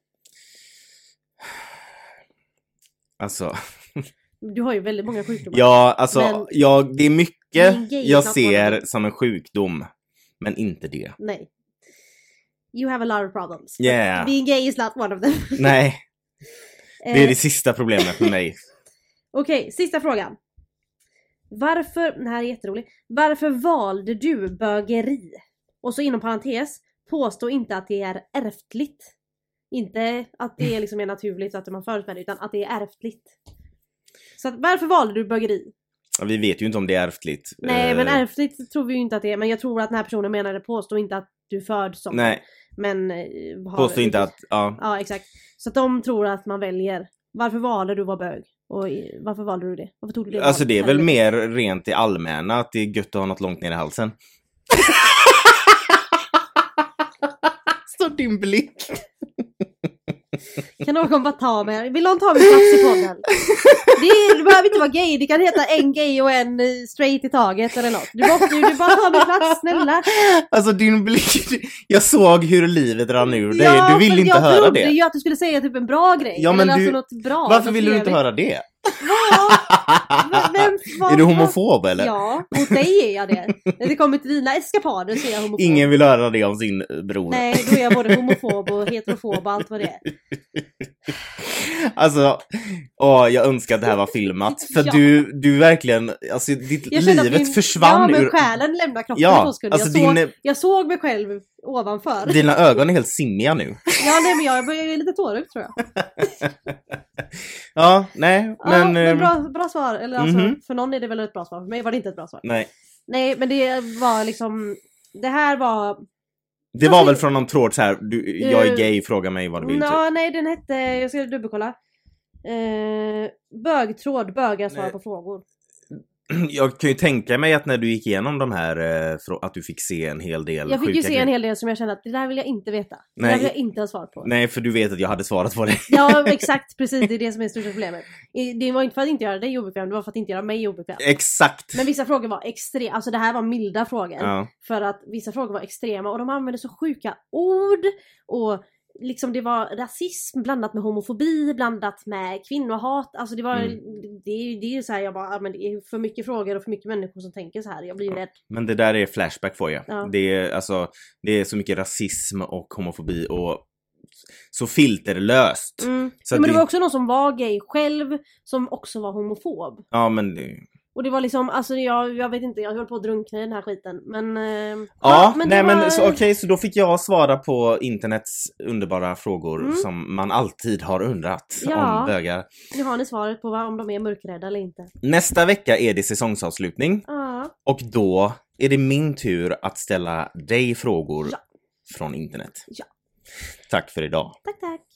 [SPEAKER 2] Alltså...
[SPEAKER 1] Du har ju väldigt många sjukdomar.
[SPEAKER 2] Ja, alltså
[SPEAKER 1] Men-
[SPEAKER 2] jag, det är mycket
[SPEAKER 1] Being gay is
[SPEAKER 2] jag
[SPEAKER 1] not
[SPEAKER 2] ser
[SPEAKER 1] one of them.
[SPEAKER 2] som en sjukdom. Men inte det.
[SPEAKER 1] Nej. You have a lot of problems. but
[SPEAKER 2] Yeah.
[SPEAKER 1] Being gay is not one of them.
[SPEAKER 2] Nej, det är
[SPEAKER 1] Eh,
[SPEAKER 2] det sista problemet med mig.
[SPEAKER 1] Okej, sista frågan. Varför, den här är jätterolig. Varför valde du bögeri? Och så inom parentes, påstå inte att det är ärftligt. Inte att det är liksom är naturligt att man föds med det, utan att det är ärftligt. Så att, varför valde du bögeri?
[SPEAKER 2] Ja, vi vet ju inte om det är ärftligt.
[SPEAKER 1] Nej,
[SPEAKER 2] Eh,
[SPEAKER 1] men ärftligt tror vi ju inte att det är. Men jag tror att den här personen menade påstå inte att du föds som.
[SPEAKER 2] Nej,
[SPEAKER 1] Men eh, har-
[SPEAKER 2] påstå inte att... Ja.
[SPEAKER 1] Ja, exakt. Så att de tror att man väljer. Varför valde du att vara bög? Och i- varför valde du det? Varför tog du det?
[SPEAKER 2] Alltså det är väl
[SPEAKER 1] Eller-
[SPEAKER 2] mer rent i allmänna att det är gött att ha något långt ner i halsen. Så din blick.
[SPEAKER 1] Kan någon bara ta mig? Vill någon ta min plats i podden? Det, är, det behöver inte vara gay. Det kan heta en gay och en eh, straight i taget eller något. Du bara, du, du bara tar min plats, snälla.
[SPEAKER 2] Alltså din blick. Jag såg hur livet rann ur dig.
[SPEAKER 1] Ja,
[SPEAKER 2] Du vill
[SPEAKER 1] för
[SPEAKER 2] inte
[SPEAKER 1] jag
[SPEAKER 2] höra
[SPEAKER 1] trodde
[SPEAKER 2] det.
[SPEAKER 1] ju att du skulle säga typ en bra grej.
[SPEAKER 2] Ja, men
[SPEAKER 1] eller
[SPEAKER 2] du-
[SPEAKER 1] alltså något bra.
[SPEAKER 2] Varför
[SPEAKER 1] något
[SPEAKER 2] vill du inte
[SPEAKER 1] trevligt.
[SPEAKER 2] höra det?
[SPEAKER 1] Va- Vem, vad,
[SPEAKER 2] Är du homofob eller?
[SPEAKER 1] Ja, mot dig är jag det. När det kommer till dina eskapader så är jag homofob.
[SPEAKER 2] Ingen vill höra det om sin bror.
[SPEAKER 1] Nej, då är jag både homofob och heterofob och allt vad det är.
[SPEAKER 2] Alltså, åh, jag önskar att det här var filmat. För
[SPEAKER 1] Ja.
[SPEAKER 2] du, du verkligen, alltså ditt
[SPEAKER 1] Jag kände att
[SPEAKER 2] livet
[SPEAKER 1] min-
[SPEAKER 2] försvann
[SPEAKER 1] Ja, men
[SPEAKER 2] ur...
[SPEAKER 1] själen lämnar kroppen
[SPEAKER 2] Ja,
[SPEAKER 1] i två sekunder.
[SPEAKER 2] alltså
[SPEAKER 1] jag, såg,
[SPEAKER 2] din-
[SPEAKER 1] jag såg mig själv ovanför.
[SPEAKER 2] Dina ögon är helt simmiga nu.
[SPEAKER 1] Ja, nej men jag börjar ju lite tårögd tror jag.
[SPEAKER 2] Ja, nej,
[SPEAKER 1] Ja,
[SPEAKER 2] men...
[SPEAKER 1] men
[SPEAKER 2] ehm,
[SPEAKER 1] bra, bra svar. Eller alltså,
[SPEAKER 2] Mhm.
[SPEAKER 1] för någon är det väl ett bra svar. För mig var det inte ett bra svar.
[SPEAKER 2] Nej.
[SPEAKER 1] Nej, men det var liksom... Det här var...
[SPEAKER 2] Det var väl från någon tråd så här, du, jag är
[SPEAKER 1] Eh,
[SPEAKER 2] gay, fråga mig vad du vill. Typ.
[SPEAKER 1] Ja, nej, den hette... Jag ska dubbelkolla. Eh, bögtråd, bögar svarar
[SPEAKER 2] Nej.
[SPEAKER 1] på frågor.
[SPEAKER 2] Jag kan ju tänka mig att när du gick igenom de här, eh, frå- att du fick se en hel del
[SPEAKER 1] Jag fick ju
[SPEAKER 2] sjuka
[SPEAKER 1] se
[SPEAKER 2] grejer.
[SPEAKER 1] en hel del som jag kände att det där vill jag inte veta. Det
[SPEAKER 2] Nej.
[SPEAKER 1] där vill jag inte ha svar på.
[SPEAKER 2] Nej, för du vet att jag hade svarat på det.
[SPEAKER 1] Ja, exakt. Precis, det är det som är det största problemet. I- Det var inte för att inte göra dig obekväm, det var för att inte göra mig obekväm.
[SPEAKER 2] Exakt.
[SPEAKER 1] Men vissa frågor var extrema, alltså det här var milda frågor.
[SPEAKER 2] Ja.
[SPEAKER 1] För att vissa frågor var extrema och de använde så sjuka ord. Och liksom det var rasism blandat med homofobi, blandat med kvinnohat. Alltså det var,
[SPEAKER 2] Mm.
[SPEAKER 1] det är ju det är ju så här, jag bara, ja, men det är för mycket frågor och för mycket människor som tänker så här. Jag blir ju rädd.
[SPEAKER 2] Men det där är flashback för jag.
[SPEAKER 1] Ja.
[SPEAKER 2] Det är alltså, det är så mycket rasism och homofobi och så filterlöst.
[SPEAKER 1] Mm.
[SPEAKER 2] Så
[SPEAKER 1] Ja,
[SPEAKER 2] att
[SPEAKER 1] men det
[SPEAKER 2] det-
[SPEAKER 1] var också någon som var gay själv, som också var homofob.
[SPEAKER 2] Ja, men det-
[SPEAKER 1] Och det var liksom, alltså jag, jag vet inte, jag höll på att drunkna i den här skiten. Men... Eh,
[SPEAKER 2] Ja,
[SPEAKER 1] men
[SPEAKER 2] nej
[SPEAKER 1] det var...
[SPEAKER 2] men så, okej, så då fick jag svara på internets underbara frågor
[SPEAKER 1] Mm.
[SPEAKER 2] som man alltid har undrat
[SPEAKER 1] Ja.
[SPEAKER 2] om bögar.
[SPEAKER 1] Nu har ni svaret på vad, om de är mörkrädda eller inte.
[SPEAKER 2] Nästa vecka är det säsongsavslutning
[SPEAKER 1] Ja.
[SPEAKER 2] och då är det min tur att ställa dig frågor
[SPEAKER 1] Ja.
[SPEAKER 2] från internet.
[SPEAKER 1] Ja.
[SPEAKER 2] Tack för idag.
[SPEAKER 1] Tack, tack.